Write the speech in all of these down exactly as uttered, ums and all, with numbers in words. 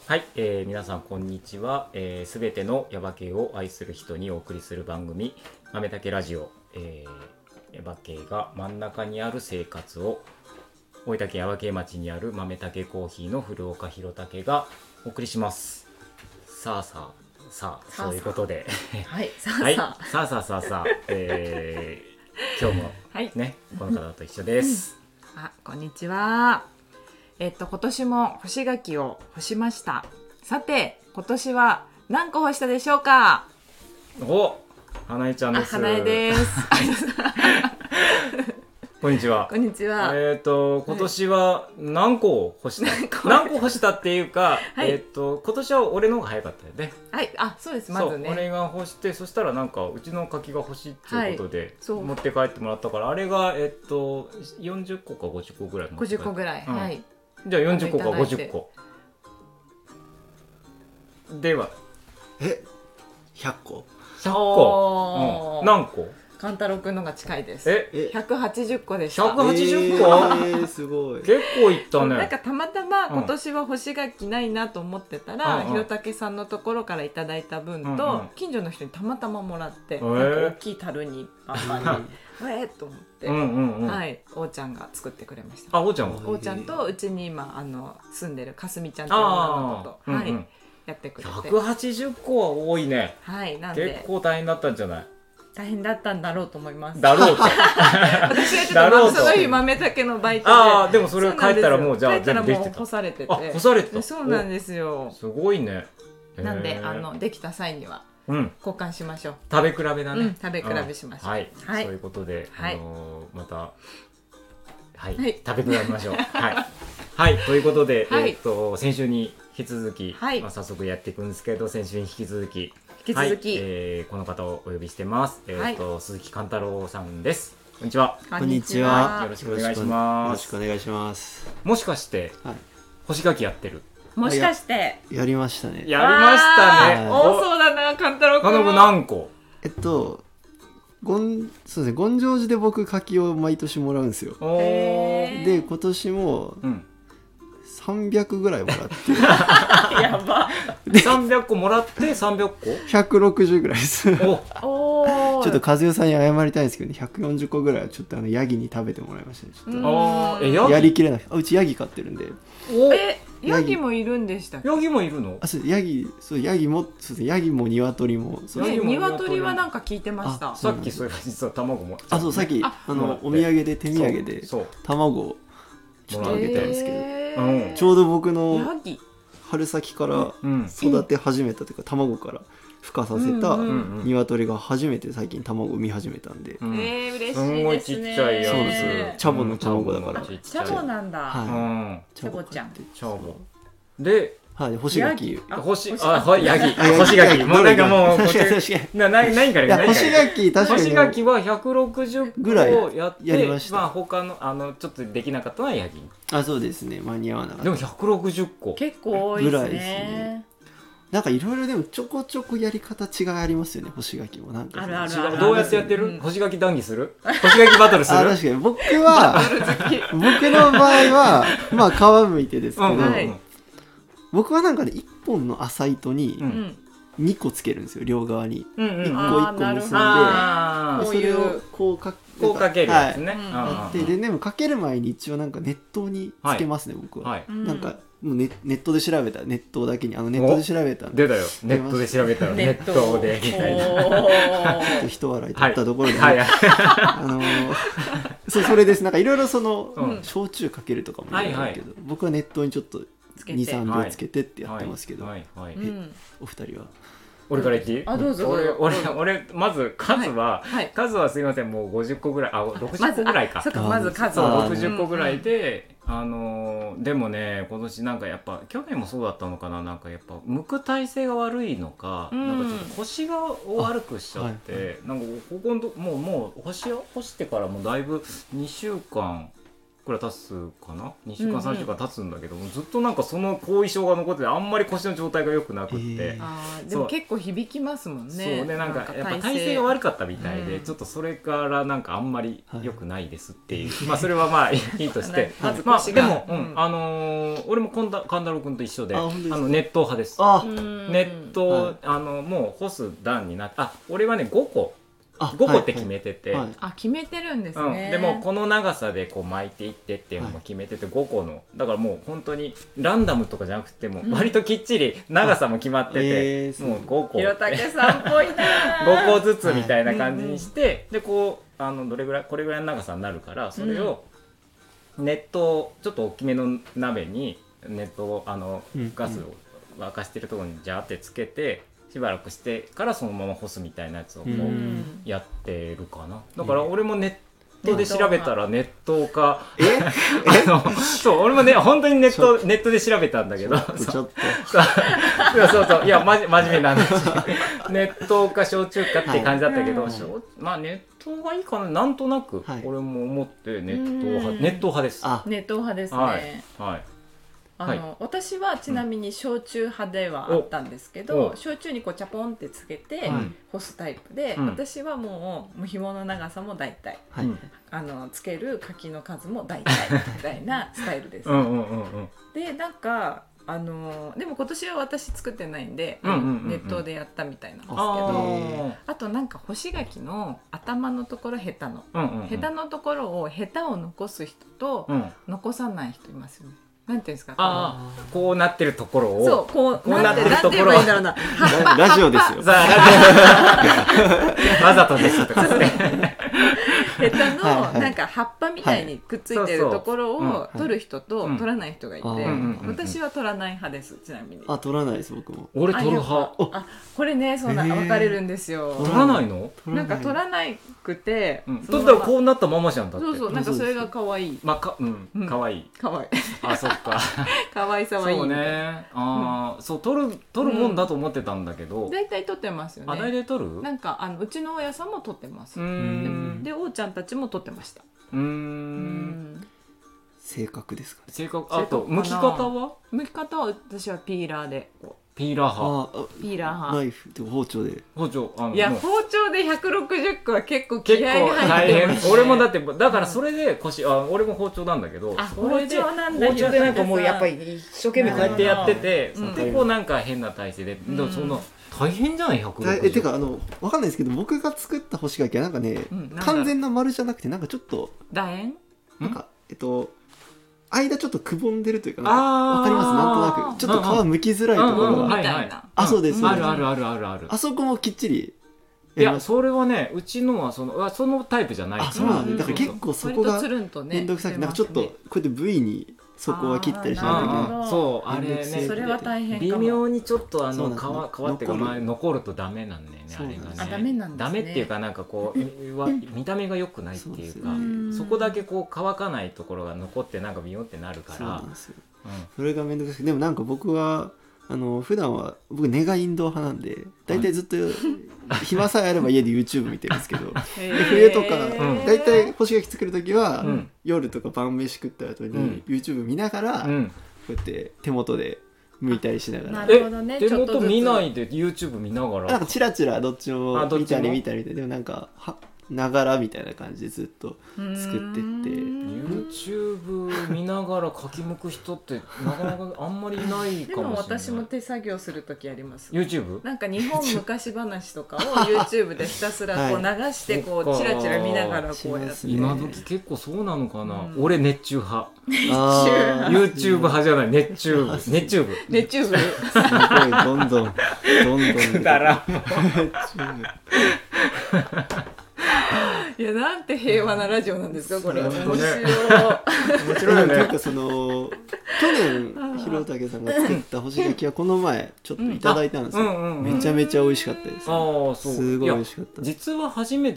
はい、えー、皆さんこんにちは。す、えー、べ、てのヤバ系を愛する人にお送りする番組豆たけラジオ、えー、ヤバ系が真ん中にある生活を大分県ヤバ系町にある豆たけコーヒーの古岡弘武がお送りします。さあさあさあ、そういうことではいさあさあ、 はい、さあさあさあさあ、えー、今日もね、はい、この方と一緒です、 うん、あ、こんにちは。えっと今年も干し柿を干しました。さて今年は何個干したでしょうか。 お、花江ちゃんです。 花江ですこんにちは。 こんにちは。 えっ、ー、と今年は何個干した？何個干したっていうか、はい、えっ、ー、と今年は俺の方が早かったよね。 はい、あ、そうです。まずね。 俺が干して、そしたらなんかうちの柿が欲しいっていうことで、はい、持って帰ってもらったから、あれがえっ、ー、とよんじゅっこかごじゅっこぐらい。 ごじゅっこぐらい。うん、はい。 じゃあよんじゅっこかごじゅっこ。では、 え、ひゃっこ。 ひゃっこ。うん、何個？ 勘太郎くんのが近いです。 え、 ひゃくはちじゅっこでした。 ひゃくはちじゅっこ？ えー、すごい。 結構いったね。 なんかたまたま今年は干し柿ないなと思ってたら、ひろたけさんのところからいただいた分と、うんうん、近所の人にたまたまもらって、えー、なんか大きい樽にパンパンにえーと思って、うんうんうん、はい、おーちゃんが作ってくれました。 あ、おーちゃんは？ おーちゃんとうちに今あの住んでるかすみちゃんという女の子と、はい、うんうん、やってくれて。 ひゃくはちじゅっこは多いね。 はい、なんで結構大変だったんじゃない？ 大変だったんだろうと思います。 だろうと。私がちょっとその日豆たけのバイトで。 ああ、でもそれ帰ったらもうじゃあ全部できてた。干されてて。 あ、干されてた。 そうなんですよ。 すごいね。 なんであのできた際には交換しましょう。 食べ比べだね。うん、 食べ比べしましょう。 はい。はい、そういうことで、はい、あのー、またはい、はい、食べ比べましょう。はい。はい、ということで、はい、えっと先週に引き続き、はい、まあ早速やっていくんですけど、先週に引き続き。 引き続き、 はい、えー、この方をお呼びしてます。えーと、はい、鈴木貫太郎さんです。こんにちは。 こんにちは。 よろしくお願いします。 よろしくお願いします。 もしかして、はい、干し柿やってる？ もしかして。 やりましたね。 やりましたね。 多そうだな、貫太郎君。 監督何個？ えっと、ごん、そうですね、権成寺で僕柿を毎年もらうんですよ。で、今年も、うん、さんびゃくぐらいもらってやばさんびゃっこもらってさんびゃっこひゃくろくじゅうぐらいですおおちょっと和代さんに謝りたいんですけど、ね、ひゃくよんじゅっこぐらいはちょっとあのヤギに食べてもらいましたね。ちょっとあえやりきれない。あ、うちヤギ飼ってるんで。 おえヤギもいるんでしたっけ？ ヤギもいるの？ あ、そうヤギ、そうヤギもそうです、ヤギも鶏も。 そうね、鶏はなんか聞いてました。 さっきそれ実は卵も。 あ、そうさっきあのお土産で手土産で卵をちょっとあげたんですけど、うん、ちょうど僕の春先から育て始めたというか、卵から孵化させた鶏が初めて最近卵を産み始めたんで、 うん、えー、嬉しいですね。 すごいちっちゃいやつ。 そうです。チャボの卵だから。 チャボなんだ。 はい。 チャボちゃん。 チャボ。で、 はい、干し柿。 干し、あ、はい、ヤギ。干し柿。もうなんかもう、な、な、何から干し柿、確かに。 干し柿はひゃくろくじゅっこをやって、 やりました。 まあ他の、あの、ちょっとできなかったのはヤギ。 あ、そうですね。間に合わなかった。 でもひゃくろくじゅっこ。 結構多いですね。 なんかいろいろでもちょこちょこやり方違いありますよね、干し柿も。なんかあるあるある。 どうやってやってる？干し柿談義する？干し柿バトルする？ あ、確かに。僕は、僕の場合は、まあ皮むいてですけど、僕はなんかね、いっぽんの浅糸ににこつけるんですよ、両側に。いっこいっこ結んで、それをこうかこうかけるやつね。 やって、で、でもかける前に一応なんか熱湯につけますね、僕は。なんか、もう ネ, ネットで調べた熱湯だけにあのネットで調べた出たよネットで調べたらネットでみたいな一笑い取ったところで、ね、はいはい、あのー、そ, それです。なんかいろいろその、うん、焼酎かけるとかもいいんだけど、はいはい、僕は熱湯にちょっと にさんびょうつけてってやってますけど、はいはいはい、えお二人は俺から言っていい？ あ、どうぞ。 俺、俺、俺、まず数は、はいはい、数はすいません、もうごじゅっこぐらい、あ、ろくじゅっこぐらいか。 まず、まず数はろくじゅっこぐらいで、うんうん、あのー、でもね、今年なんかやっぱ、去年もそうだったのかな、なんかやっぱ、剥く体勢が悪いのか、うん、なんかちょっと腰が悪くしちゃって、はいはい、なんかここのもう、もう、干し、干してからもうだいぶにしゅうかん、 くらい経つかなにしゅうかんさんしゅうかん経つんだけど、うんうん、ずっとなんかその後遺症が残っててあんまり腰の状態が良くなくって、えー、 あでも結構響きますもんね。 そうね、なんかやっぱ体勢が悪かったみたいで、うん、ちょっとそれからなんかあんまり良くないですっていう、はい、まあそれはまあいいとしてまあでも、うん、あのー、俺も神田神田郎君と一緒であの熱湯派です。あ熱湯、はい、あのもう干す段になって、あ俺はねごこごこって決めてて、 はいはい、あ決めてるんですね、 うん、でもこの長さでこう巻いていってっていうのも決めてて、はい、ごこのだからもう本当にランダムとかじゃなくても割ときっちり長さも決まってて、うんえー、もうごこひろたけさんっぽいなごこずつみたいな感じにして、はい、でこうあのどれぐらいこれぐらいの長さになるからそれを熱湯ちょっと大きめの鍋に熱湯あのガスを沸かしてるところにジャーってつけてしばらくしてからそのまま干すみたいなやつをこうやってるかな。だから俺もネットで調べたら熱湯かえあのそう俺もね本当にネットネットで調べたんだけどちょっとそうそうそういやまじ真面目な話熱湯か焼酎かって感じだったけど、はい、まあ熱湯がいいかななんとなく俺も思って熱湯派、はい、熱湯派です。 あ熱湯派ですね。 はい、はいあのはい、私はちなみに焼酎派ではあったんですけど、うん、焼酎にこうチャポンってつけて干すタイプで、うん、私はもう紐の長さも大体、はい、あのつける柿の数も大体みたいなスタイルです。でなんかあのでも今年は私作ってないんで、うんうんうんうん、熱湯でやったみたいなんですけど、 あ, あとなんか干し柿の頭のところヘタの、うんうんうん、ヘタのところをヘタを残す人と残さない人いますよね。なんていうんですか、 あこうなってるところをそうこうこうなってるところをなんて言えばいいんだろうなラジオですよ。 さあわざとですとかねヘタのなんか葉っぱみたいにくっついてるところを取る人と取らない人がいて、私は取らない派です。ちなみにあ取らないです僕も。 俺取る派。 あこれねそうな分かれるんですよ。 取らないの？ なんか取らないくて、 取ったらこうなったままじゃんだって。 そうそうなんかそれが可愛い。 まあかうん可愛い可愛い。 あそっか可愛さはいい。 そうね。ああそう取る取るもんだと思ってたんだけど。 大体取ってますよね。 あ大体取る？ なんかあのうちの親さんも取ってます。でおうちゃんたちも取ってました。うーん性格ですかね。 性格あと剥き方は？ 剥き方は私はピーラーで。 ピーラー派。 ピーラー派。 ナイフで包丁で。 包丁あのいや包丁でひゃくろくじゅっこは結構気合が入ってます、 ね、俺もだってだからそれで腰あ俺も包丁なんだけど、 あ包丁なんだ。 包丁でなんかもうやっぱり一生懸命こうやってやってて、うん、でこうなんか変な体勢で、うん、でもそんな大変じゃないひゃくろくじゅう。 えてかあのわかんないですけど僕が作った干し柿はなんかね、うん、完全な丸じゃなくてなんかちょっと楕円なんかえっと間ちょっとくぼんでるというかわかりますなんとなくちょっと皮むきづらいところが、 みたいな。 あそうです。 あるあるあるあるある。 あそこもきっちり。 いやそれはねうちのはそのそのタイプじゃないから。 あそうなんだ。だから結構そこが面倒くさくなんかちょっとこうやって V にそこは切ったりしないといけない。 そうあれねそれは大変微妙にちょっとあの皮皮っていうか前残るとダメなんだよねあれがね。 あダメなんですね。 ダメっていうかなんかこう見た目が良くないっていうかそこだけこう乾かないところが残ってなんかビヨンってなるから。そうなんですよ。 それが面倒くさくでもなんか僕はあの普段は僕根がインドア派なんで大体ずっと暇さえあれば家で YouTube 見てるんですけどで冬とか大体干し柿作る時は、うん、夜とか晩飯食った後に、うん、YouTube 見ながら、うん、こうやって手元で剥いたりしながら。 なるほどね。 手元見ないで YouTube 見ながらなんかチラチラどっちも見たり見たりででもなんかはながらみたいな感じでずっと作ってって YouTube 見ながら書きむく人ってなかなかあんまりいないかもしれない。でも私も手作業するときあります。 YouTube？ なんか日本昔話とかを YouTube でひたすらこう流してこうチラチラ見ながらこうやって、ね、 今時結構そうなのかな、うん、俺熱中派あ YouTube 派じゃない熱中部熱中部熱中部すごいどんどんどんどんくだらんいやなんて平和なラジオなんですかこれ。面白い面白いよね。なんかその去年広武さんが作った干し柿はこの前ちょっといただいたんですよ、うんうんうん、めちゃめちゃ美味しかったです。 あそうすごい美味しかった。 実は初めて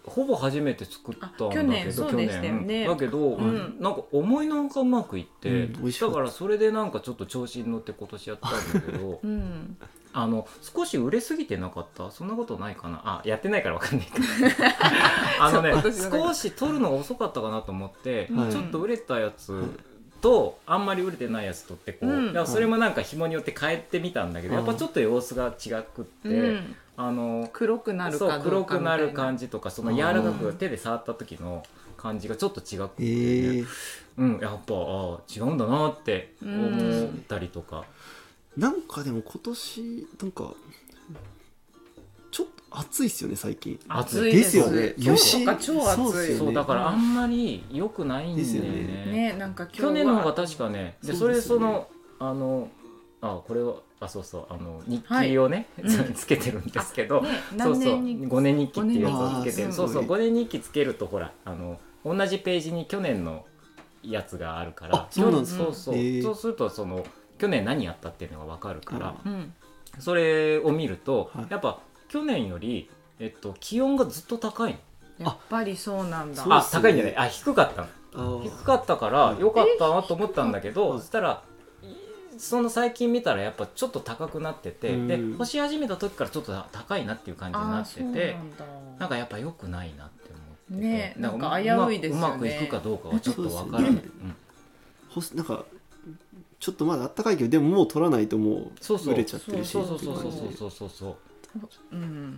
ほぼ初めて作ったんだけど去年そうでしたよねだけど、うん、なんか思いのほかうまくいって、うん、だからそれでなんかちょっと調子に乗って今年やったんだけど、うん、あの少し売れすぎてなかった？そんなことないかなあ、やってないから分かんないけどあのね少し取るのが遅かったかなと思って、はい、ちょっと売れたやつ、はいとあんまり売れてないやつとってこう、うん、それもなんか紐によって変えてみたんだけど、うん、やっぱちょっと様子が違くって、うん、あの黒くなるかどうかみたいな、 そう黒くなる感じとかその柔らかく手で触った時の感じがちょっと違くて、ね、えー、うんやっぱあ違うんだなって思ったりとか、 うん、なんかでも今年なんかちょっと暑いっすよね最近。 暑いですよね。 蒸し超暑い。 そうだからあんまり良くないんだよね。 ね、なんか去年の方が確かね。でそれそのあのあこれはあそうそうあの日記をね、はい、つけてるんですけど、そうそうごねん日記っていうやつをつけてる。そうそうごねん日記つけるとほらあの同じページに去年のやつがあるから、 そうなんですか。 そうそうそうするとその去年何やったっていうのが分かるから、それを見るとやっぱ去年より、えっと、気温がずっと高い。 やっぱりそうなんだ。 あ、高いんじゃない？あ、低かったの。低かったから良かったなと思ったんだけど、そしたらその最近見たらやっぱちょっと高くなってて、で干し始めた時からちょっと高いなっていう感じになってて、なんなんかやっぱ良くないなって思ってて、 ね、なんか危ういですよね。 うまくいくかどうかはちょっとわからない。うん、 なんかちょっとまだ暖かいけどでももう取らないともう売れちゃってるし、 そうそうそうそうそうそうそうそう。 うん、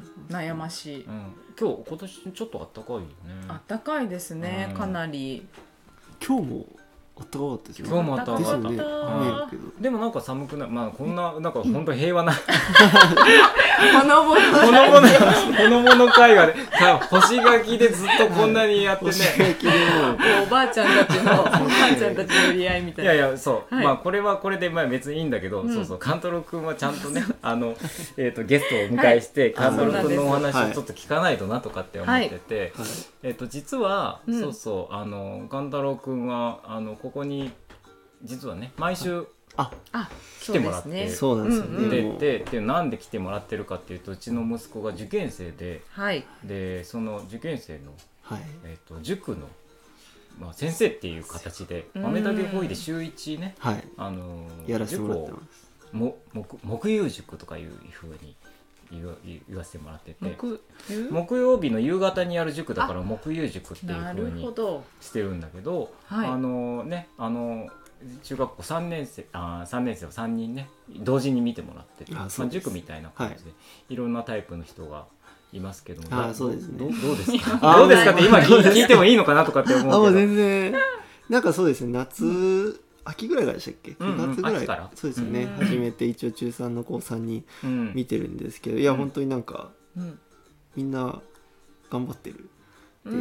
悩ましい、 うん、今日今年ちょっと暖かいよね。 暖かいですね、うん、かなり。 今日も暖かかったですよね。 今日も暖かかった、 ね、 でもなんか寒くない、まあこんななんか本当平和なほのぼのほのぼのほのぼの会話で干し柿でずっとこんなにやってね、 おばあちゃんたちのおばあちゃんたちの寄り合いみたいな。 いやいやそう、はい、まあこれはこれでまあ別にいいんだけど、うん、そうそうカントロ君はちゃんとねあのえっとゲストをお迎えして、はい、カントロ君のお話をちょっと聞かないとなとかって思ってて、はいはい、えっと実は、うん、そうそうあのカンタロウ君はあのここに実はね毎週あ来てもらって、 そうなんですよね。 でででなんで来てもらってるかっていうとうちの息子が受験生で、 はい、 でその受験生の、 はいえー、と塾の、まあ、先生っていう形で豆だけほいで週いちね、 はい、 あのやらせてもらってます。 も木木曜塾とかいうふうに言わ, 言わせてもらってて、木曜日の夕方にやる塾だから木曜塾っていうふうにしてるんだけど、 はい、 あのねあの中学校さんねん生あさんねん生をさんにんね同時に見てもらってて、あまあ、塾みたいな感じで、はい、いろんなタイプの人がいますけども、 あそうですね、 ど, どうですかどうですかって今聞いてもいいのかなとかって思うけど、 あもう全然なんかそうですね夏、うん秋ぐらいからでしたっけ、うんうん、夏ぐらいからそうですよね、うん、初めて一応中さんの子さんにん見てるんですけど、うん、いや本当になんか、うん、みんな頑張ってるで、うん、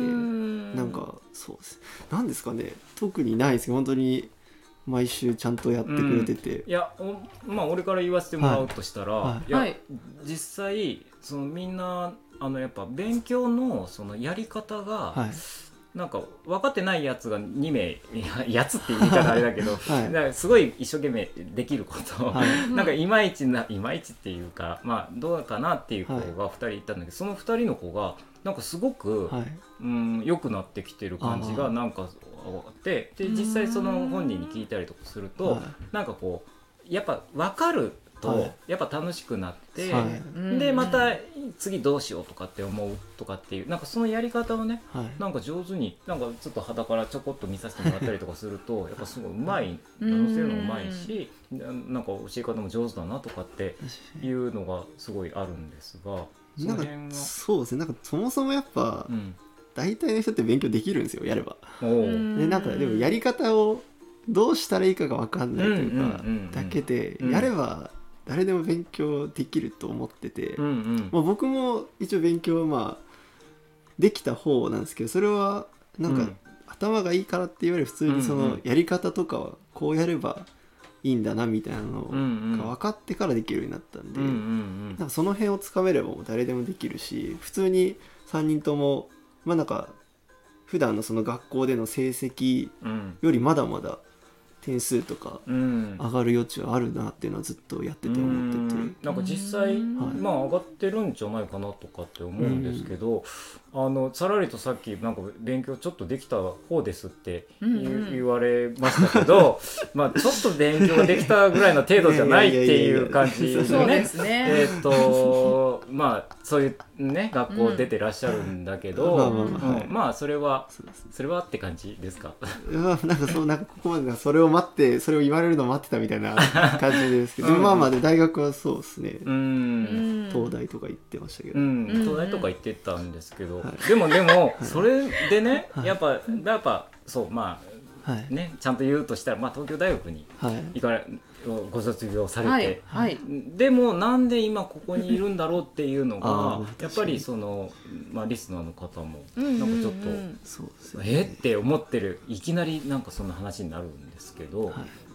なんかそうですなんですかね特にないですけど本当に毎週ちゃんとやってくれてて、 うん、いやまあ俺から言わせてもらうとしたら、はいはい、いや実際そのみんなあのやっぱ勉強のそのやり方が、はいなんか分かってないやつがにめいやつって言い方あれだけど、はい、だからすごい一生懸命できること、はい、なんかいまいちないまいちっていうかまあどうかなっていう子がふたりいたんだけど、はい、そのふたりの子がなんかすごく、はい、うん良くなってきてる感じがなんかあってで実際その本人に聞いたりとかすると、はい、なんかこうやっぱ分かるとやっぱ楽しくなって、はい、でまた次どうしようとかって思うとかっていうなんかそのやり方をね、はい、なんか上手になんかちょっと肌からちょこっと見させてもらったりとかするとやっぱすごいうまい乗せるのうまいしなんか教え方も上手だなとかっていうのがすごいあるんですがその辺はそうですねなんかそもそもやっぱ、うん、大体の人って勉強できるんですよやればでなんかでもやり方をどうしたらいいかが分かんないというかだけでやれば誰でも勉強できると思ってて、うんうんまあ、僕も一応勉強はまあできた方なんですけどそれはなんか頭がいいからって言われる普通にそのやり方とかはこうやればいいんだなみたいなのが分かってからできるようになったんで、うんうんうん、なんかその辺をつかめればもう誰でもできるし普通にさんにんともまあなんか普段のその学校での成績よりまだまだ点数とか上がる余地はあるなっていうのはずっとやってて思ってて、うん、 なんか実際、まあ上がってるんじゃないかなとかって思うんですけど、あのさらりとさっきなんか勉強ちょっとできた方ですって言、うんうん、言われましたけどまあちょっと勉強できたぐらいの程度じゃないっていう感じですよね。えっとまあそういうね学校出てらっしゃるんだけど、うんうん、まあそれはそれはって感じですか。 なんかそうなんかここまでそれを待ってそれを言われるのを待ってたみたいな感じですけど、うん、まあまあで大学はそうですね、うん、東大とか行ってましたけど、 うん、東大とか行ってたんですけど、はい、でもでもそれでね、はい、やっぱやっぱそうまあ、はいね、ちゃんと言うとしたら、まあ、東京大学に行かれ、はい、ご卒業されて、はいはい、でもなんで今ここにいるんだろうっていうのがやっぱりその、まあ、リスナーの方もなんかちょっと、うんうんうん、えって思ってるいきなりなんかそんな話になるんですけど、はい、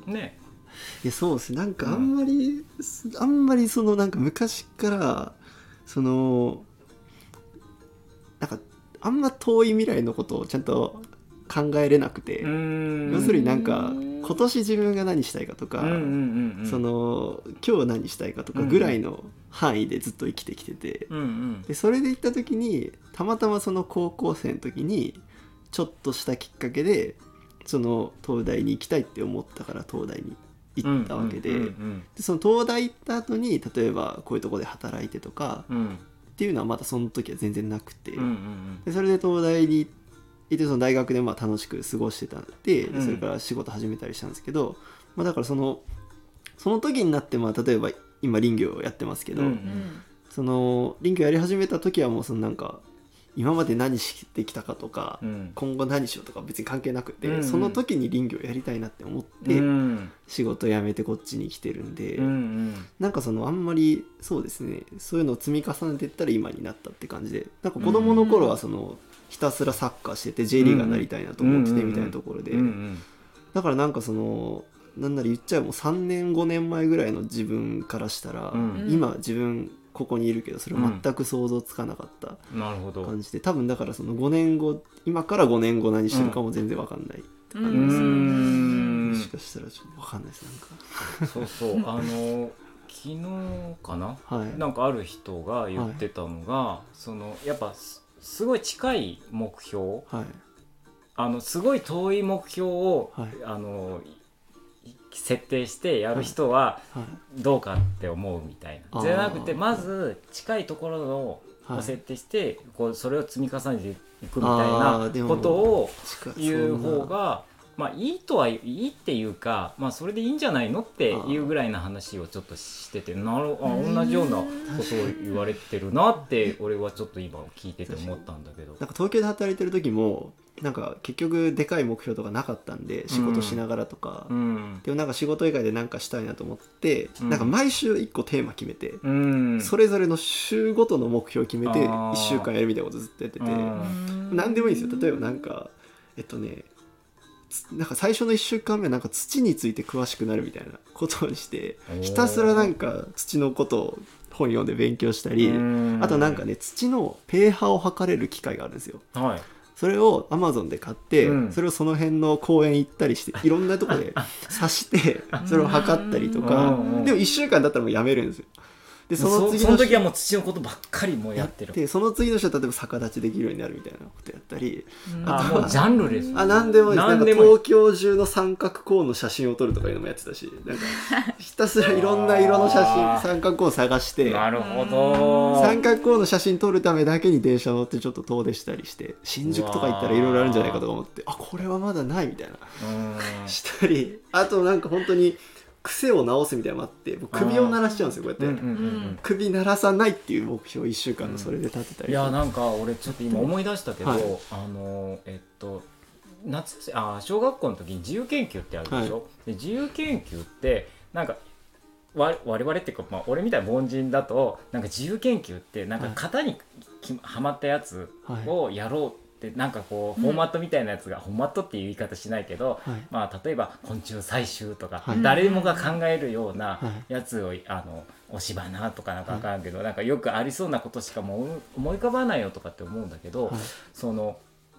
ね。 いやそうですなんかあんまり、うん、あんまりそのなんか昔からそのなんかあんま遠い未来のことをちゃんと考えれなくて、要するになんか今年自分が何したいかとか、うんうんうんうん、その今日何したいかとかぐらいの範囲でずっと生きてきてて、うんうん、でそれで行った時にたまたまその高校生の時にちょっとしたきっかけでその東大に行きたいって思ったから東大に行ったわけで、うんうんうんうん、でその東大行った後に例えばこういうとこで働いてとか、うん、っていうのはまだその時は全然なくて、うんうんうん、でそれで東大に行ってその大学でまあ楽しく過ごしてたんで、でそれから仕事始めたりしたんですけど、まあ、だからそのその時になってまあ例えば今林業をやってますけど、うんうん、その林業やり始めた時はもうそのなんか今まで何してきたかとか、うん、今後何しようとか別に関係なくて、うんうん、その時に林業やりたいなって思って、うん、仕事辞めてこっちに来てるんで、うんうん、なんかそのあんまりそうですねそういうのを積み重ねていったら今になったって感じで、なんか子供の頃はそのひたすらサッカーしてて J リーガーになりたいなと思っててみたいなところで、うんうん、だからなんかそのなんなら言っちゃうもうさんねんごねんまえぐらいの自分からしたら、うん、今自分ここにいるけどそれは全く想像つかなかった感じで、うん、多分だからそのごねんご今からごねんご何してるかも全然分かんないって感じです、うん、もしかしたらちょっと分かんないですなんかそうそうあの昨日かな、はい、なんかある人が言ってたのが、はい、そのやっぱすごい近い目標、はい、あのすごい遠い目標を、はい、あの設定してやる人はどうかって思うみたいな、はいはい、じゃなくてまず近いところのを設定してこうそれを積み重ねていくみたいなことを言う方がまあいいとはいいっていうか、まあ、それでいいんじゃないのっていうぐらいな話をちょっとしてて、なるあ同じようなことを言われてるなって俺はちょっと今聞いてて思ったんだけど、 なんか東京で働いてる時もなんか結局でかい目標とかなかったんで仕事しながらとか、うん、でもなんか仕事以外で何かしたいなと思って、うん、なんか毎週いっこテーマ決めて、うん、それぞれの週ごとの目標を決めていっしゅうかんやるみたいなことずっとやってて、何でもいいんですよ。例えばなんかえっとねなんか最初のいっしゅうかんめはなんか土について詳しくなるみたいなことをしてひたすらなんか土のことを本読んで勉強したり、あとなんかね土のペーハーを測れる機械があるんですよ、はい、それを Amazon で買って、うん、それをその辺の公園行ったりしていろんなとこで刺してそれを測ったりとかでもいっしゅうかんだったらもうやめるんですよ。 でその次のその時はもう土のことばっかりもうやってるでその次の人は例えば逆立ちできるようになるみたいなことやったり、 あもうジャンルですあ何でもいいです。なんか東京中の三角コーンの写真を撮るとかいうのもやってたし、なんかひたすらいろんな色の写真三角コーン探してなるほど三角コーンの写真撮るためだけに電車乗ってちょっと遠出したりして新宿とか行ったらいろいろあるんじゃないかとか思って、あこれはまだないみたいなしたり、あとなんか本当に癖を直すみたいなのもあって僕首を鳴らしちゃうんですよこうやって、うんうんうん、首鳴らさないっていう目標をいっしゅうかんのそれで立てたり、 うん、いやなんか俺ちょっと今思い出したけど、はい、あのえっと夏あ小学校の時に自由研究ってあるでしょ、はい、で自由研究ってなんか我々っていうか、まあ、俺みたいな凡人だとなんか自由研究ってなんか型にはまったやつをやろうってでなんかこうフォーマットみたいなやつが、うん、フォーマットっていう言い方しないけど、はいまあ、例えば昆虫採集とか、はい、誰もが考えるようなやつを、はい、あの押し花とかなんか分からんけど、はい、なんかよくありそうなことしかも思い浮かばないよとかって思うんだけど、はい、その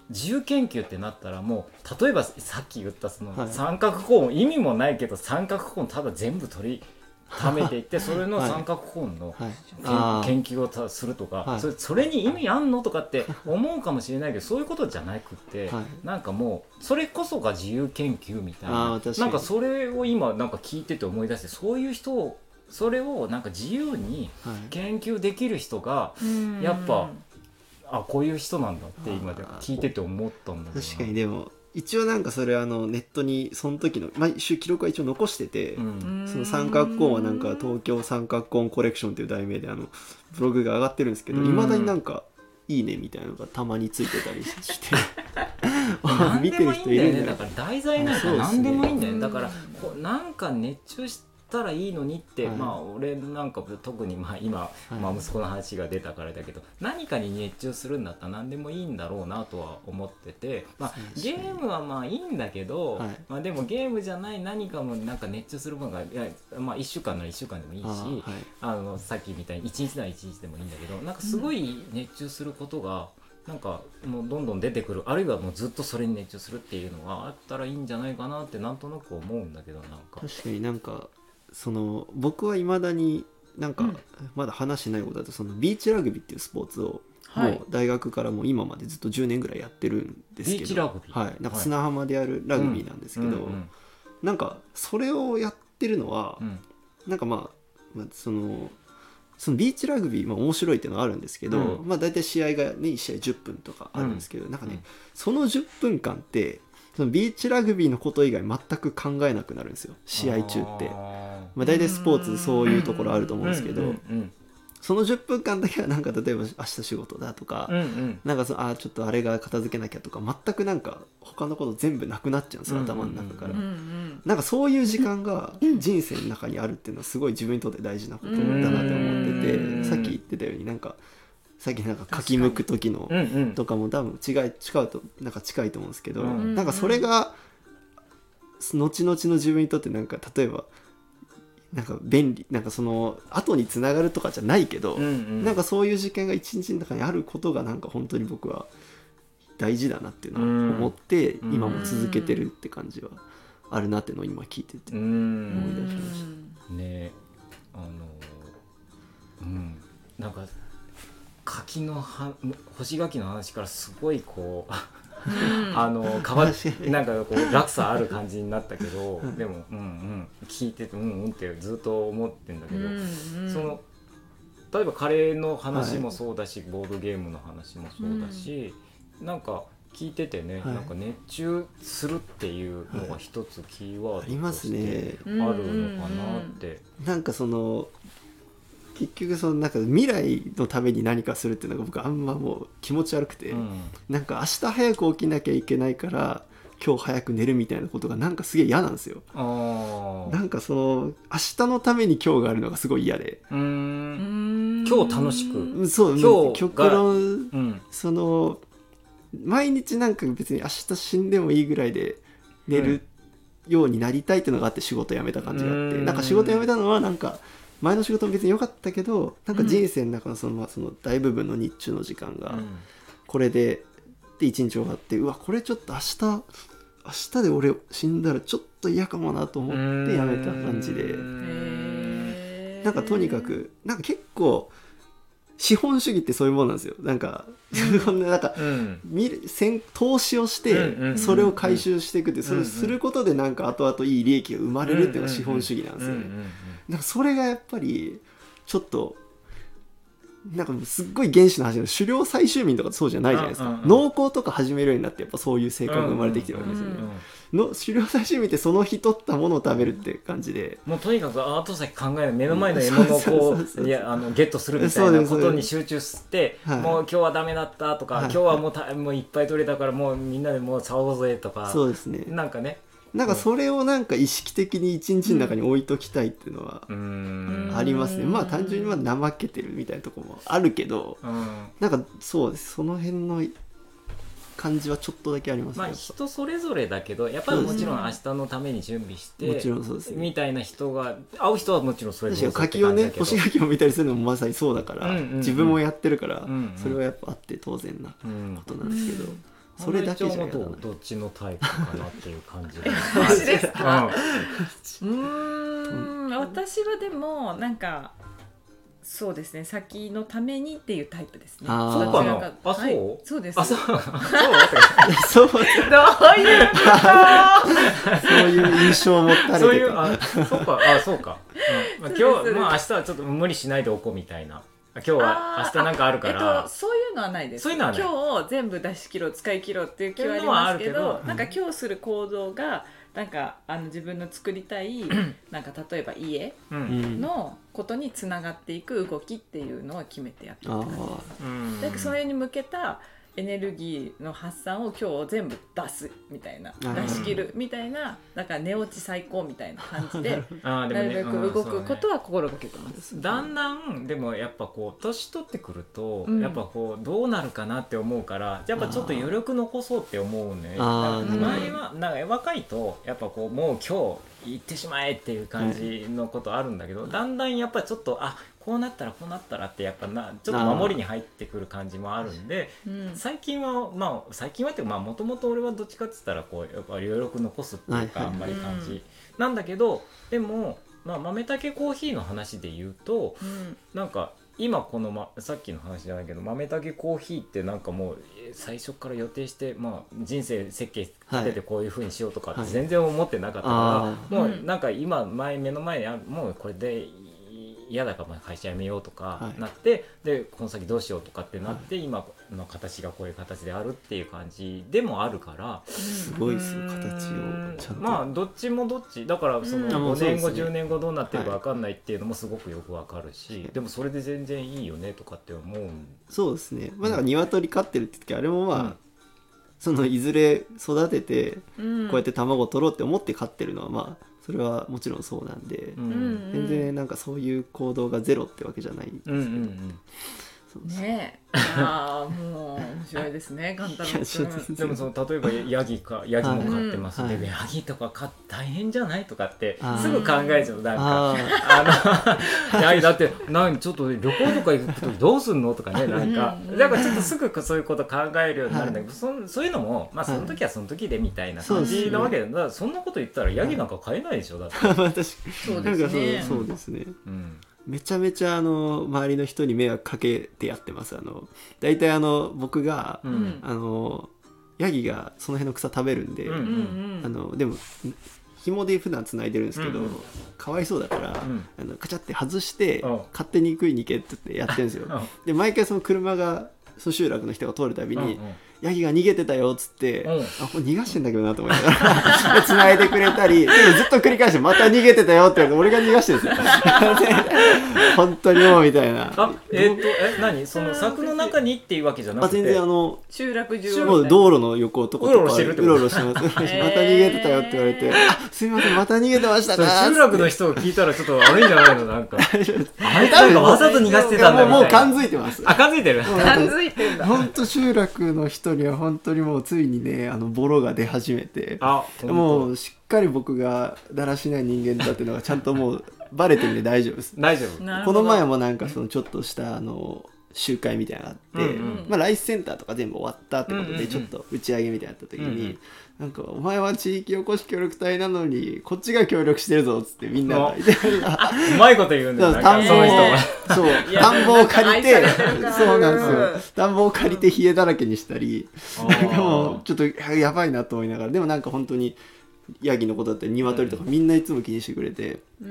自由研究ってなったらもう例えばさっき言ったその三角コーン、意味もないけど三角コーンただ全部取りためていってそれの三角コーンの研究をするとか、それそれに意味あんのとかって思うかもしれないけどそういうことじゃなくて、なんかもうそれこそが自由研究みたいな、なんかそれを今なんか聞いてて思い出して、そういう人をそれをなんか自由に研究できる人がやっぱあこういう人なんだって今で聞いてて思ったんだけど。 確かにでも一応なんかそれあのネットにその時の毎週記録は一応残してて、うん、その三角コーンはなんか東京三角コーンコレクションっていう題名であのブログが上がってるんですけど、いまだになんかいいねみたいなのがたまについてたりして見てる人いるんだよね。だから題材なんか何でもいいんだよね。だからこうなんか熱中してたらいいのにって、はい、まあ俺なんか特にまあ今、はい、まあ息子の話が出たからだけど、何かに熱中するんだったら何でもいいんだろうなとは思ってて、まあ、ゲームはまあいいんだけど、はい、まあ、でもゲームじゃない何かもなんか熱中するものがいや、まあ、いっしゅうかんならいっしゅうかんでもいいし、あ、はい、あのさっきみたいにいちにちならいちにちでもいいんだけど、なんかすごい熱中することがなんかもうどんどん出てくる、あるいはもうずっとそれに熱中するっていうのがあったらいいんじゃないかなってなんとなく思うんだけど、なんか確かになんかその僕はいまだになんかまだ話しないことだと、そのビーチラグビーっていうスポーツをもう大学からもう今までずっとじゅうねんぐらいやってるんですけど、 ビーチラグビー、 はい、なんか砂浜でやるラグビーなんですけど、なんかそれをやってるのは、うん、なんかまあ、まあ、そのそのビーチラグビー、まあ、面白いっていうのはあるんですけど、うん、まあ大体試合がねいち試合じゅっぷんとかあるんですけど、うん、なんかね、うん、そのじゅっぷんかんってそのビーチラグビーのこと以外全く考えなくなるんですよ、試合中って。まあ、大体スポーツそういうところあると思うんですけど、そのじゅっぷんかんだけはなんか例えば明日仕事だとか、うんうん、なんかそあちょっとあれが片付けなきゃとか、全くなんか他のこと全部なくなっちゃうんですよ、頭の中から。なんかそういう時間が人生の中にあるっていうのはすごい自分にとって大事なことだなって思ってて、さっき言ってたようになんかさっきなんか書きむく時のとかも多分違い違うとなんか近いと思うんですけど、なんかそれが後々の自分にとってなんか例えばなんか便利なんかその後につながるとかじゃないけど、うんうん、なんかそういう時間が一日の中にあることがなんか本当に僕は大事だなっていうのを思って今も続けてるって感じはあるなっていうのを今聞いてて思い出しました。 ね、あのうんなんか柿のは干し柿の話からすごいこうあの変わなんかこう落差ある感じになったけど、でもうんうん聞いててうんうんってずっと思ってんだけど、うんうん、その例えばカレーの話もそうだし、はい、ボードゲームの話もそうだし、うん、なんか聞いててね、はい、なんか熱中するっていうのが一つキーワードとしてあるのかなって。 なんかその結局そのなんか未来のために何かするっていうのが僕あんまもう気持ち悪くて、うん、なんか明日早く起きなきゃいけないから今日早く寝るみたいなことがなんかすげえ嫌なんですよ。あなんかその明日のために今日があるのがすごい嫌で、うーん今日楽しくそう今日極論、うん、その毎日なんか別に明日死んでもいいぐらいで寝るようになりたいっていうのがあって仕事辞めた感じがあって、なんか仕事辞めたのはなんか前の仕事も別に良かったけど、なんか人生の中のその、まあ、その大部分の日中の時間がこれでで一日終わって、うわこれちょっと明日明日で俺死んだらちょっと嫌かもなと思ってやめた感じで、なんかとにかくなんか結構資本主義ってそういうものなんですよ。なんか、うん、なんか、うん、投資をしてそれを回収していくって、それをすることでなんか後々いい利益が生まれるっていうのが資本主義なんですよね。なんかそれがやっぱりちょっとなんかすっごい原始の話の狩猟採集民とかそうじゃないじゃないですか、うんうんうん、農耕とか始めるようになってやっぱそういう性格が生まれてきてるわけですよね、うんうんうん、の狩猟採集民ってその日取ったものを食べるって感じで、 もうとにかく後先考えない目の前の獲物をこういやあのゲットするみたいなことに集中して、はい、もう今日はダメだったとか、はい、今日はもうたもういっぱい取れたからもうみんなでもう騒ごうぜとか、 そうですね、 なんかねなんかそれをなんか意識的に一日の中に置いときたいっていうのはありますね。まあ単純にまあ怠けてるみたいなところもあるけど、なんかそうです、その辺の感じはちょっとだけありますね。 まあ人それぞれだけどやっぱりもちろん明日のために準備してもちろんそうです、ね、みたいな人が会う人はもちろんそれぞれ書きをね干し書きを見たりするのもまさにそうだから、うんうんうん、自分もやってるから、うんうん、それはやっぱあって当然なことなんですけど、うんうん、 それだけじゃどどっちのタイプかなっていう感じ私ですかうーん私はでもなんかそうですね先のためにっていうタイプですね。 あそうかなあ、はい、そうそうです。 あそうそうそうどういうことそういう印象を持たれてた。 そういうあそうかあそうか、うんまあ、今日まあ明日はちょっと無理しないでおこうみたいな。今日は明日なんかあるから、 えっと、そういうのはないです。 そういうのはない。 今日全部出し切ろう使い切ろうっていう気はありますけど、なんか今日する行動がなんかあの自分の作りたいなんか例えば家のことにつながっていく動きっていうのを決めてやってます。だからそれに向けたエネルギーの発散を今日全部出すみたいな、出し切るみたいな、だから寝落ち最高みたいな感じでなるべく動くことは心がけてます。 うん、だんだんでもやっぱこう年取ってくると、うん、やっぱこうどうなるかなって思うからやっぱちょっと余力残そうって思うね。前はなんか若いとやっぱこうもう今日行ってしまえっていう感じのことあるんだけど、はい、だんだんやっぱちょっとあこうなったらこうなったらってやっぱなちょっと守りに入ってくる感じもあるんで、うん、最近はまあ最近はってまあもともと俺はどっちかって言ったらこうやっぱ余力残すっていうか、はいはい、あんまり感じ、うん、なんだけどでもまあ豆たけコーヒーの話で言うと、うん、なんか今この、ま、さっきの話じゃないけど豆たけコーヒーってなんかもう最初から予定して、まあ、人生設計立ててこういう風にしようとかって全然思ってなかったから、はいはい、もうなんか今前目の前にあるもうこれで嫌だから会社辞めようとかなって、はい、でこの先どうしようとかってなって、はい、今の形がこういう形であるっていう感じでもあるから、 すごいですよ形をちゃんとまあどっちもどっちだからそのごねんご、じゅうねんごどうなってるか分かんないっていうのもすごくよく分かるし、はい、でもそれで全然いいよねとかって思う。 そうですね、まあ、だから鶏飼ってるって時あれもまあ、うん、そのいずれ育ててこうやって卵を取ろうって思って飼ってるのはまあそれはもちろんそうなんで、うん、全然なんかそういう行動がゼロってわけじゃないんですけど、うんうんうん、 そうそうねえあもう面白いですね簡単なでもその例えばヤギかヤギも飼ってますね、はい、ヤギとか飼大変じゃないとかってすぐ考えちゃう。なんかあのヤギだってなんちょっと旅行とか行くとどうすんのとかねなんかだからちょっとすぐそういうこと考えるようになるんだけど、はい、そ, そういうのもまあその時はその時でみたいな感じなわけで、はい、だからそんなこと言ったらヤギなんか飼えないでしょだって。 確かにそうですね。そうですね。うんめちゃめちゃあの周りの人に迷惑かけてやってます。あのだいたいあの僕が、うん、あのヤギがその辺の草食べるんで、うんうん、あのでも紐で普段つないでるんですけど、うん、かわいそうだから、うん、あのカチャって外して、うん、勝手に食いに行けって言ってやってるんですよ。で毎回その車がその集落の人が通るたびに、うんうんヤギが逃げてたよっつって、うん、あこれ逃がしてんだけどなと思いながら繋いでくれたりでもずっと繰り返してまた逃げてたよって言われて俺が逃がしてるんですよ本当にもうみたいなあえー、っとえ何その柵の中にっていうわけじゃなくてあ全然あの集落中もう道路の横とことかうろうろしてるってことうろうろしてますまた逃げてたよって言われて、えー、あすいませんまた逃げてましたか集落の人を聞いたらちょっと悪いんじゃないのなんかあれ多分わざと逃がしてたんだみたいなもうもう感づいてますあ感づいてる感づいてるんだ本当集落の人には本当にもうついにねあのボロが出始めてあもうしっかり僕がだらしない人間だっていうのがちゃんともうバレてるんで大丈夫です大丈夫この前もなんかそのちょっとしたあの集会みたいなのがあって、うんうんまあ、ライスセンターとか全部終わったってことでちょっと打ち上げみたいなのやった時に、うんうん、なんかお前は地域おこし協力隊なのにこっちが協力してるぞっつってみんながいてうまいこと言うんだよ田んぼをそう田んぼを借りてそうなんですよ田んぼを借りて冷えだらけにしたりなんかもうちょっとやばいなと思いながらでもなんか本当にヤギのことだったり鶏とかみんないつも気にしてくれて、うん、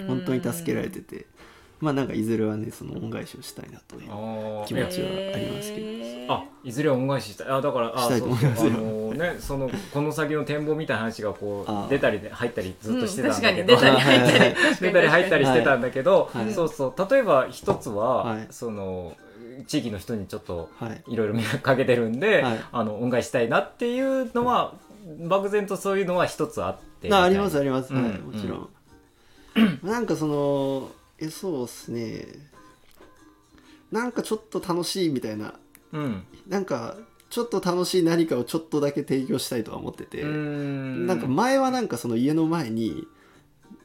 本当に助けられててまあなんかいずれはねその恩返しをしたいなという気持ちはありますけど、 えー、あいずれは恩返ししたいあだからあしたいと思いますよ。 あのねそのこの先の展望みたいな話がこう出たり入ったりずっとしてたんだけど、 うん、確かに出たり入ったり出たり入ったりしてたんだけど、はい、そうそう例えば一つは、はい、その地域の人にちょっといろいろ迷惑かけてるんで、はい、あの恩返ししたいなっていうのは漠然とそういうのは一つあってあありますあります、うん、はい、もちろん、うん、なんかそのえそうっすねなんかちょっと楽しいみたいな、うん、なんかちょっと楽しい何かをちょっとだけ提供したいとは思っててんなんか前はなんかその家の前に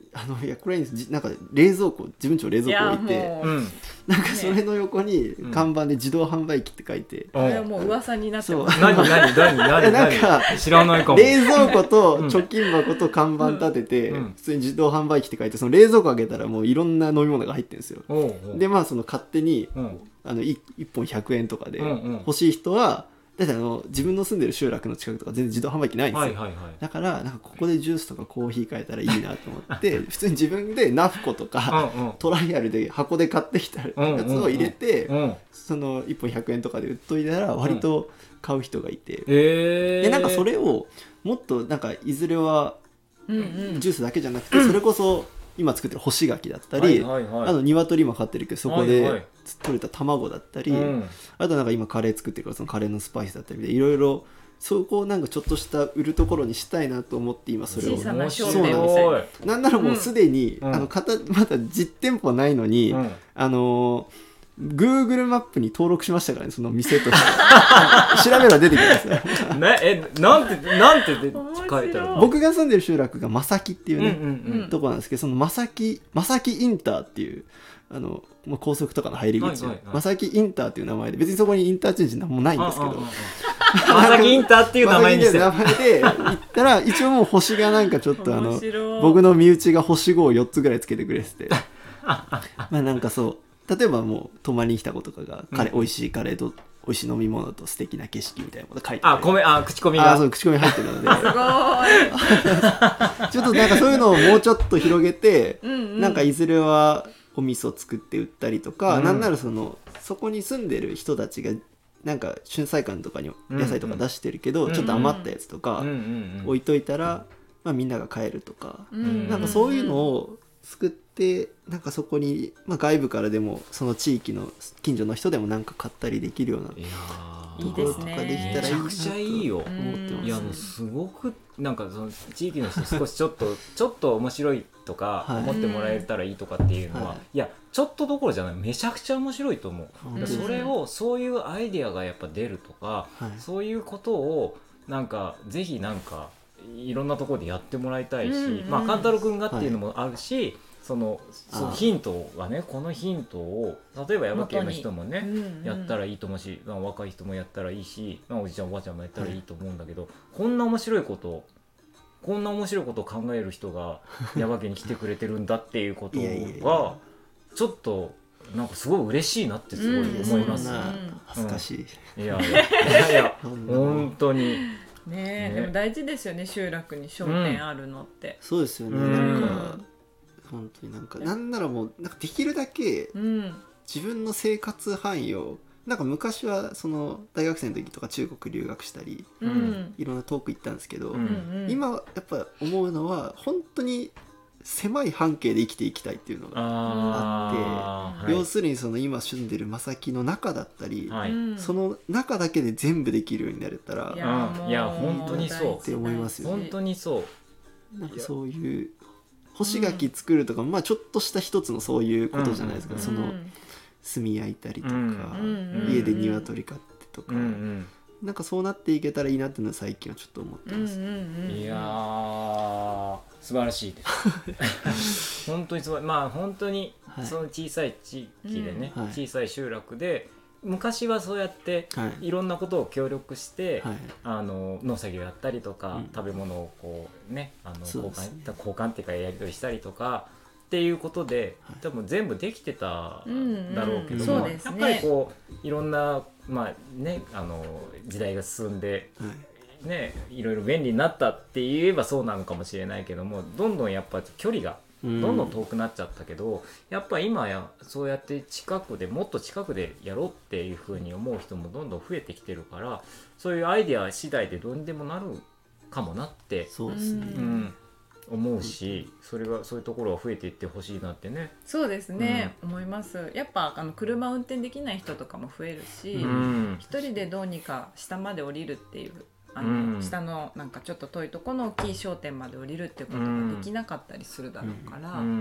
あのいやこれなんか冷蔵庫自分ちの冷蔵庫置いて、なんかそれの横に看板で自動販売機って書いて、 あれはもう噂になってます。 何何何何なんか知らないかも。 冷蔵庫と貯金箱と看板立てて、普通に自動販売機って書いて、その冷蔵庫開けたらもういろんな飲み物が入ってるんですよ。でまあその勝手に、あの いっぽんひゃくえんとかで欲しい人はだってあの自分の住んでる集落の近くとか全然自動販売機ないんですよ、はいはいはい、だからなんかここでジュースとかコーヒー買えたらいいなと思って普通に自分でナフコとかうん、うん、トライアルで箱で買ってきたやつを入れて、うんうんうん、そのいっぽんひゃくえんとかで売っといたら割と買う人がいて、うんえー、でなんかそれをもっとなんかいずれはジュースだけじゃなくて、うん、それこそ今作ってる干し柿だったり、はいはいはい、あと鶏も飼ってるけどそこで取れた卵だったり、はいはい、あとなんか今カレー作ってるからそのカレーのスパイスだったりでいろいろそこをなんかちょっとした売るところにしたいなと思って今それを小さな商店そうなんですよ。なんならもうすでに、うん、あのまだ実店舗ないのに、うん、あのーGoogle マップに登録しましたからね、その店として調べれば出てきますねえ、なんてなんて書いてあるの？ 僕が住んでる集落が正木っていうね、うんうんうん、とこなんですけど、その正木正木インターっていうあの、まあ、高速とかの入り口、はいはいはい、正木インターっていう名前で別にそこにインターチェンジなんもないんですけど正木インターっていう名前にして名前で行ったら一応もう星がなんかちょっとあの僕の身内が星ごをよっつぐらいつけてくれててまあなんかそう例えばもう泊まりに来た子とかがカレー、うん、美味しいカレーと美味しい飲み物と素敵な景色みたいなこと書いてああ米あ口コミがあそう口コミ入ってるのですごいちょっとなんかそういうのをもうちょっと広げてうん、うん、なんかいずれはお味噌作って売ったりとか、うん、なんならそのそこに住んでる人たちがなんか春菜館とかに野菜とか出してるけど、うんうん、ちょっと余ったやつとか置いといたら、まあ、みんなが買えるとか、うんうん、なんかそういうのを作ってなんかそこに、まあ、外部からでもその地域の近所の人でもなんか買ったりできるようなところとかできたらいいなと思ってます。 めちゃくちゃいいよ。いやもうすごくなんかその地域の人少しちょっとちょっと面白いとか思ってもらえたらいいとかっていうのは、はい、いやちょっとどころじゃないめちゃくちゃ面白いと思う、うん、それをそういうアイデアがやっぱ出るとか、はい、そういうことをなんかぜひなんかいろんなところでやってもらいたいし、うんうん、まあ勘太郎くんがっていうのもあるし、はいその、そのヒントがねこのヒントを例えば山系の人もね、うんうん、やったらいいと思うし、まあ、若い人もやったらいいし、まあ、おじちゃんおばあちゃんもやったらいいと思うんだけど、はい、こんな面白いことこんな面白いことを考える人が山家に来てくれてるんだっていうことがちょっとなんかすごい嬉しいなってすごい思います、うん、 恥ずかしい、 うん、いやいやいや本当にねえ、ね、でも大事ですよね集落に商店あるのって、 うん、そうですよね、うん、なんか本当になんかなんならもうなんかできるだけ自分の生活範囲をなんか昔はその大学生の時とか中国留学したり、うん、いろんな遠く行ったんですけど、うん、今やっぱ思うのは本当に狭い半径で生きていきたいっていうのがあって、要するにその今住んでる正木の中だったり、はい、その中だけで全部できるようになれたら、 いや、いや本当にそうって思いますよね。 本当にそうなんかそういう干し柿作るとか、うん、まあちょっとした一つのそういうことじゃないですか、うん、その炭焼いたりとか、うん、家で鶏飼ってとか、うん、なんかそうなっていけたらいいなっていうのは最近はちょっと思ってます、うんうんうん、 いやー素晴らしいです本当にすごいまあ本当にその小さい地域でね、はい、小さい集落で昔はそうやっていろんなことを協力して、はい、あの農作業やったりとか、うん、食べ物をこうねあの交換、交換っていうかやり取りしたりとかっていうことで、はい、多分全部できてただろうけども、うんうんね、やっぱりこういろんな、まあね、あの時代が進んで、はいね、いろいろ便利になったって言えばそうなのかもしれないけどもどんどんやっぱ距離がどんどん遠くなっちゃったけど、うん、やっぱ今やそうやって近くでもっと近くでやろうっていう風に思う人もどんどん増えてきてるからそういうアイデア次第でどうにでもなるかもなってそうですね、 うん、思うしそれがそういうところは増えていってほしいなってねそうですね、うん、思いますやっぱあの車運転できない人とかも増えるし、うん、一人でどうにか下まで降りるっていうあのうん、下のなんかちょっと遠いところの大きい商店まで降りるっていうことができなかったりするだろうから、うん、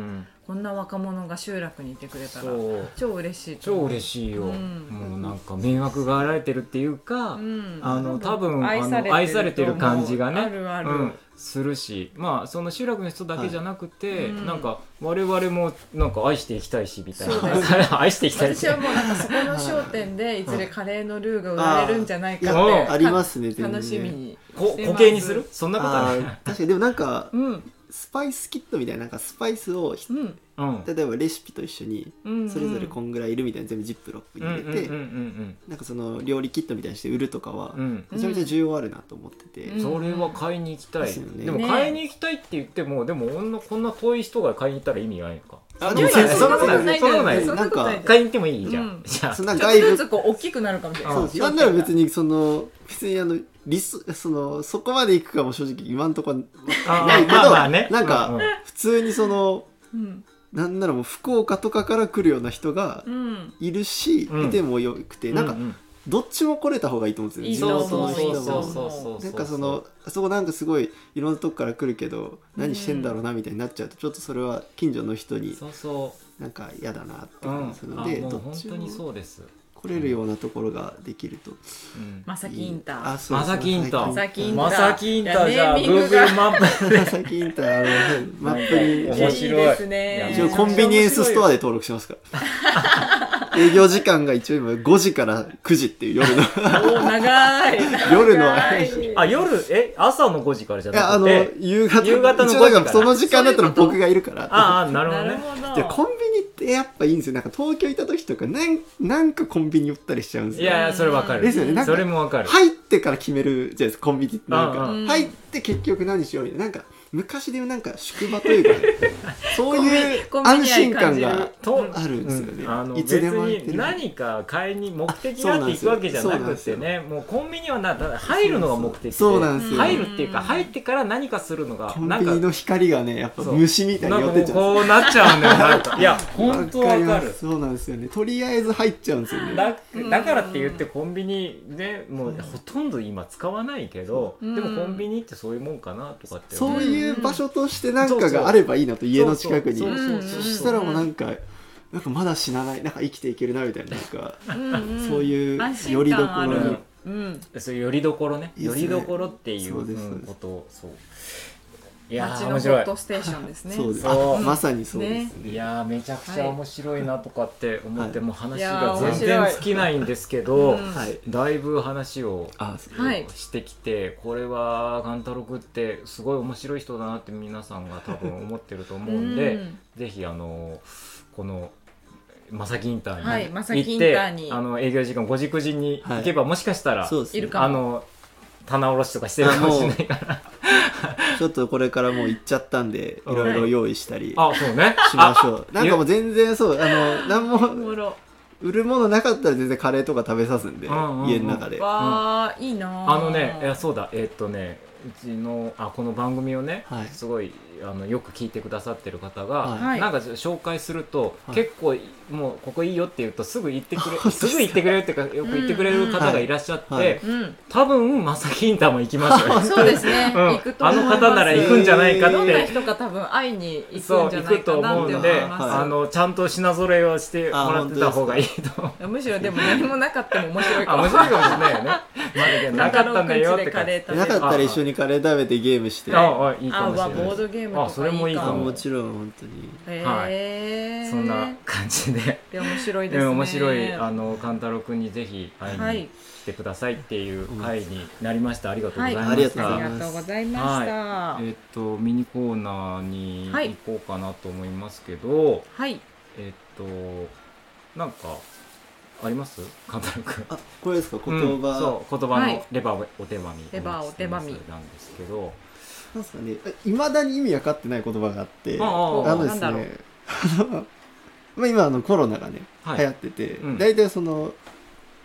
こんな若者が集落にいてくれたら超嬉しい超嬉しいよ、うん、もうなんか迷惑がられてるっていうか、うん、あの多分愛されてる、愛されてる感じがねあるある、 うんするし、まあその集落の人だけじゃなくて、はい、なんか我々もなんか愛していきたいしみたいな愛していきたいし、 私はもうなんかそこの商店でいずれカレーのルーが売られるんじゃないかってあ, ありますね楽しみに固形にするそんなことはない確かにでもなんか、うん、スパイスキットみたいな、なんかスパイスを、うんうん、例えばレシピと一緒にそれぞれこんぐらいいるみたいな全部ジップロックに入れて、なんかその料理キットみたいにして売るとかはめちゃめちゃ需要あるなと思ってて、 うん、それは買いに行きたい、ね、でも買いに行きたいって言っても、でもこんな遠い人が買いに行ったら意味ないのか。 あでもそんなことないそんなことないなんか買いに行ってもいいじゃん、うん、 じゃあちょっとずつこう大きくなるかもしれない。 そうなんなら別にその別にあのリスそのそこまで行くかも正直今んとこないけど、まあまあね、なんか普通にその、うん、なんならもう福岡とかから来るような人がいるし、うん、でもよくて、うん、なんか、うんうん、どっちも来れた方がいいと思うんですよね。地元の人もなんかそのあそこなんかすごいいろんなとこから来るけど何してんだろうなみたいになっちゃうと、ちょっとそれは近所の人になんか嫌だなって感じするので、どっちも来れるようなところができると。 まさきインター、 あ、まさきインター、 まさきインター、 まさきインターじゃあ Google マップまさきインターあのマップに面白いですね。 一応コンビニエンスストアで登録しますから営業時間が一応今ごじからくじっていう夜のお長い夜のあ夜え朝のごじからじゃなくて、 あの夕方夕方のごじから、 その時間だったら僕がいるから。 ああなるほどね。 じゃコンビニってやっぱいいんですよ。なんか東京いた時とかなんなんかコンビニ寄ったりしちゃうんですよ。 いやそれわかるですよね。なんかそれもわかる。 入ってから決めるじゃないですかコンビニって。なんか入って結局何しようみたいな、なんか昔でいうなんか宿場というか、ね、そういう安心感があるんですよね、うん、 あのいつでも別に何か買いに目的があって行くわけじゃなくてね、もうコンビニはな入るのが目的で、 そうなんですよ、 入るっていうか入ってから何かするのがコンビニの光がねやっぱ虫みたいに寄ってちゃう、 こうなっちゃうんだよなんかいや本当わかる。 そうなんですよね。とりあえず入っちゃうんですよね。 だ, だからって言ってコンビニねもうほとんど今使わないけど、でもコンビニってそういうもんかなとかって、 そういう場所としてなんかがあればいいなと、家の近くに。そしたらもうなんかなんかまだ死なない、なんか生きていけるなみたいな、なんかそういうよりどころに、 うん、そういうよりどころね、よりどころっていうことを、そういや街のホットステーションですね。 そうです。そうまさにそうですね。 いやめちゃくちゃ面白いなとかって思って、はい、もう話が全然尽きないんですけど、はい、だいぶ話をしてきて、これはガンタロクってすごい面白い人だなって皆さんが多分思ってると思うんで、うん、ぜひあのこのまさきインターに行って、はい、あの営業時間ごじくじに行けば、はい、もしかしたら、 いるかも、 あの棚卸しとかしてるかもしれないからちょっとこれからもう行っちゃったんでいろいろ用意したりしましょう、ね、 なんかもう全然そうあの何も売るものなかったら全然カレーとか食べさすんで、うんうん、家の中で。 わーいいなあのねいやそうだえー、っとねうちのあこの番組をね、はい、すごいあのよく聞いてくださってる方が、はい、なんか紹介すると、はい、結構もうここいいよって言うとすぐ行ってくれすぐ行ってくれるっていうかよく言ってくれる方がいらっしゃって、うんうんはい、多分まさきインターも行きますよそうですね、うん、行くと思います。 あの方なら行くんじゃないかって、どんな人か多分会いに行くんじゃないかなって思います。 で、あのちゃんと品揃えをしてもらってた方がいいと。 むしろでも何もなかったも面白いかも面白いかもしれないよねまあ、なかったんだよって感じ。 なかったら一緒にカレー食べてゲームして、 ああいいかもしれない。 ボードゲームとかいいかも。あそれもいいかも。 もちろん本当に、 へー、 はい、そんな感じでいや面白いですね。 面白いあのカンタロウ君にぜひ会いに来てくださいっていう回になりました。ありがとうございました。 はい、ありがとうございました。 はい、えっ、ー、とミニコーナーに行こうかなと思いますけど、 はい、 えっ、ー、となんかありますカンタロウ君。 あこれですか、言葉、 うん、そう言葉のレバーお手紙、 レバーお手紙なんですけど。 なんすかね、未だに意味分かってない言葉があって、あのですねまあ今あのコロナがね、はい、流行ってて、うん、大体その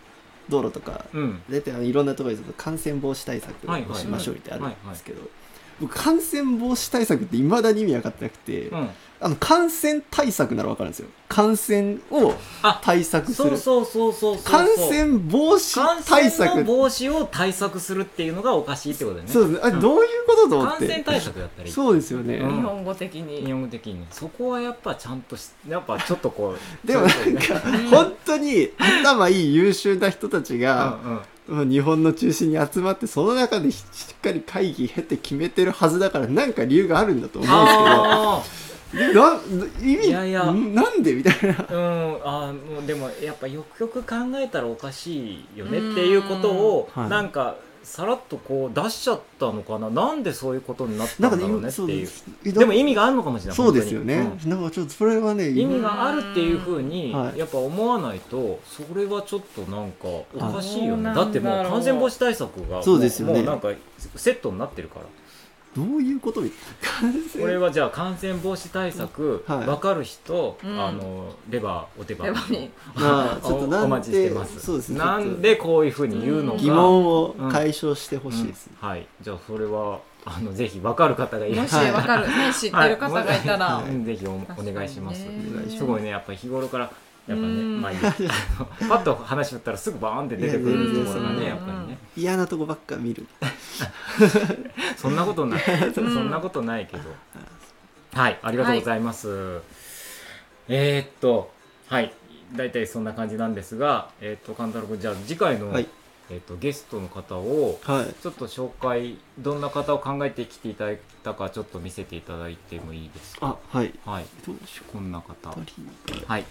道路とか、うん、大体あのいろんなところで感染防止対策をしましょうってあるんですけど、 僕感染防止対策っていまだに意味分かってなくて、うん、あの感染対策なら分かるんですよ。感染を対策する。 そうそうそうそうそう。 感染防止対策。 感染の防止を対策するっていうのがおかしいってことだよね。 そうですね。あ、うん、どういうことと思って。 感染対策だったらいい。 そうですよね。 うん、日本語的に。 日本語的に。そこはやっぱちゃんとし、やっぱちょっとこう。 でもなんか、本当に頭いい優秀な人たちが、うんうん日本の中心に集まってその中でしっかり会議経て決めてるはずだからなんか理由があるんだと思うんですけどな意味いやいやなんでみたいなうんあもうでもやっぱよくよく考えたらおかしいよねっていうことをなんかさらっとこう出しちゃったのかな。なんでそういうことになったんだろうねっていう。でも意味があるのかもしれない。 そうですよね、うん、なんかちょっとそれはね意味があるっていうふうにやっぱ思わないとそれはちょっとなんかおかしいよね。だってもう感染防止対策がそうですよね。 もうなんかセットになってるから。 どういうことみたいな。 これはじゃあ感染防止対策、はい、分かる人、うん、あのレバーお手番にお待ちしてます。 そうですね。 なんでこういうふうに言うのか疑問を解消してほしいです、ねうんうん、はいじゃあそれはあのぜひ分かる方がいらっしゃるもし分かる、ね、知ってる方がいたら、 はい、ぜひ お, お願いします。すごいねやっぱり日頃からやっぱね、まあいいパッと話し振ったらすぐバーンって出てくるところがねやっぱりね嫌なとこばっか見るそんなことないそんなことないけどはいありがとうございます、はい、えー、っとはいだいたいそんな感じなんですがえー、っと勘太郎君じゃあ次回の、はいえー、とゲストの方をちょっと紹介、はい、どんな方を考えてきていただいたかちょっと見せていただいてもいいですか。 あはい、 はい、こんな方はい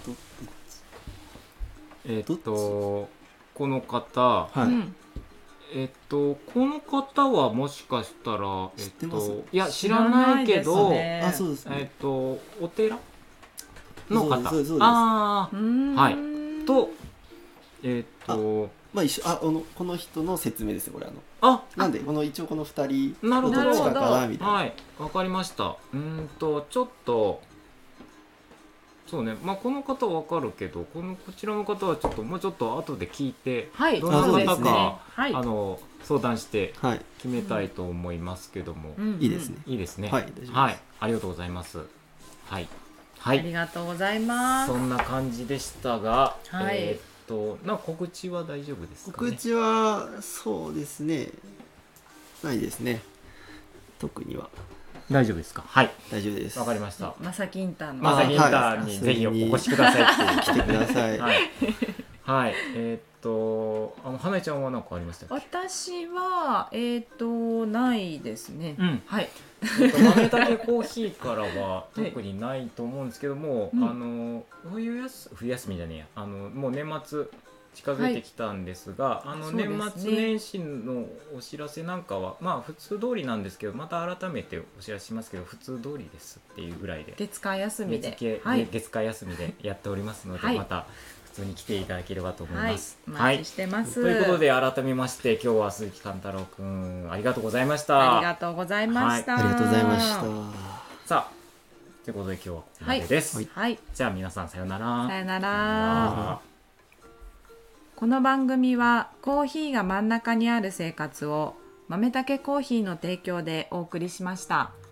えっ、ー、とこの方、はい、えっ、ー、とこの方はもしかしたら、えー、 知ってます？ いや知らないけどあそうですね、 えっ、ー、とお寺の方そうですそうです、 あはいとえっ、とまあ一緒ああのこの人の説明ですよこれあのあなんでこの一応このふたりなるほどどっちかかなみたいなはいわかりました。うんとちょっとそうねまあこの方はわかるけどこのこちらの方はちょっともうちょっと後で聞いて、はい、どんな方か、ねはい、あの相談して決めたいと思いますけども、 うん、いいですねいいですねはい大丈夫です、 はい、ありがとうございますはい、はい、 ありがとうございます。 そんな感じでしたが、はい、えー、っとなんか告知は大丈夫ですかね。 告知はそうですねないですね特には大丈夫ですか。はい大丈夫です。 わかりました。 まさきインターのまさきインターにぜひお越しくださいって来てくださいはい、はい、えー、っとあの花江ちゃんは何かありましたっけ。 私はえー、っとないですね、うん、はい豆たけコーヒーからは特にないと思うんですけども、はい、あの冬休冬休みじゃねえやあのもう年末近づいてきたんですが、はい、あの年末年始のお知らせなんかは、ね、まあ普通通りなんですけどまた改めてお知らせしますけど普通通りですっていうぐらいで月火休みで月、はい、月火休みでやっておりますので、はい、また普通に来ていただければと思います。 はい、お待ちしてます、 はい、ということで改めまして今日は鈴木貫太郎くんありがとうございました。 ありがとうございました、 はい、ありがとうございました。 さあということで今日はここまでです、 はいはい、 じゃあ皆さんさよなら。 さよなら。この番組はコーヒーが真ん中にある生活を豆たけコーヒーの提供でお送りしました。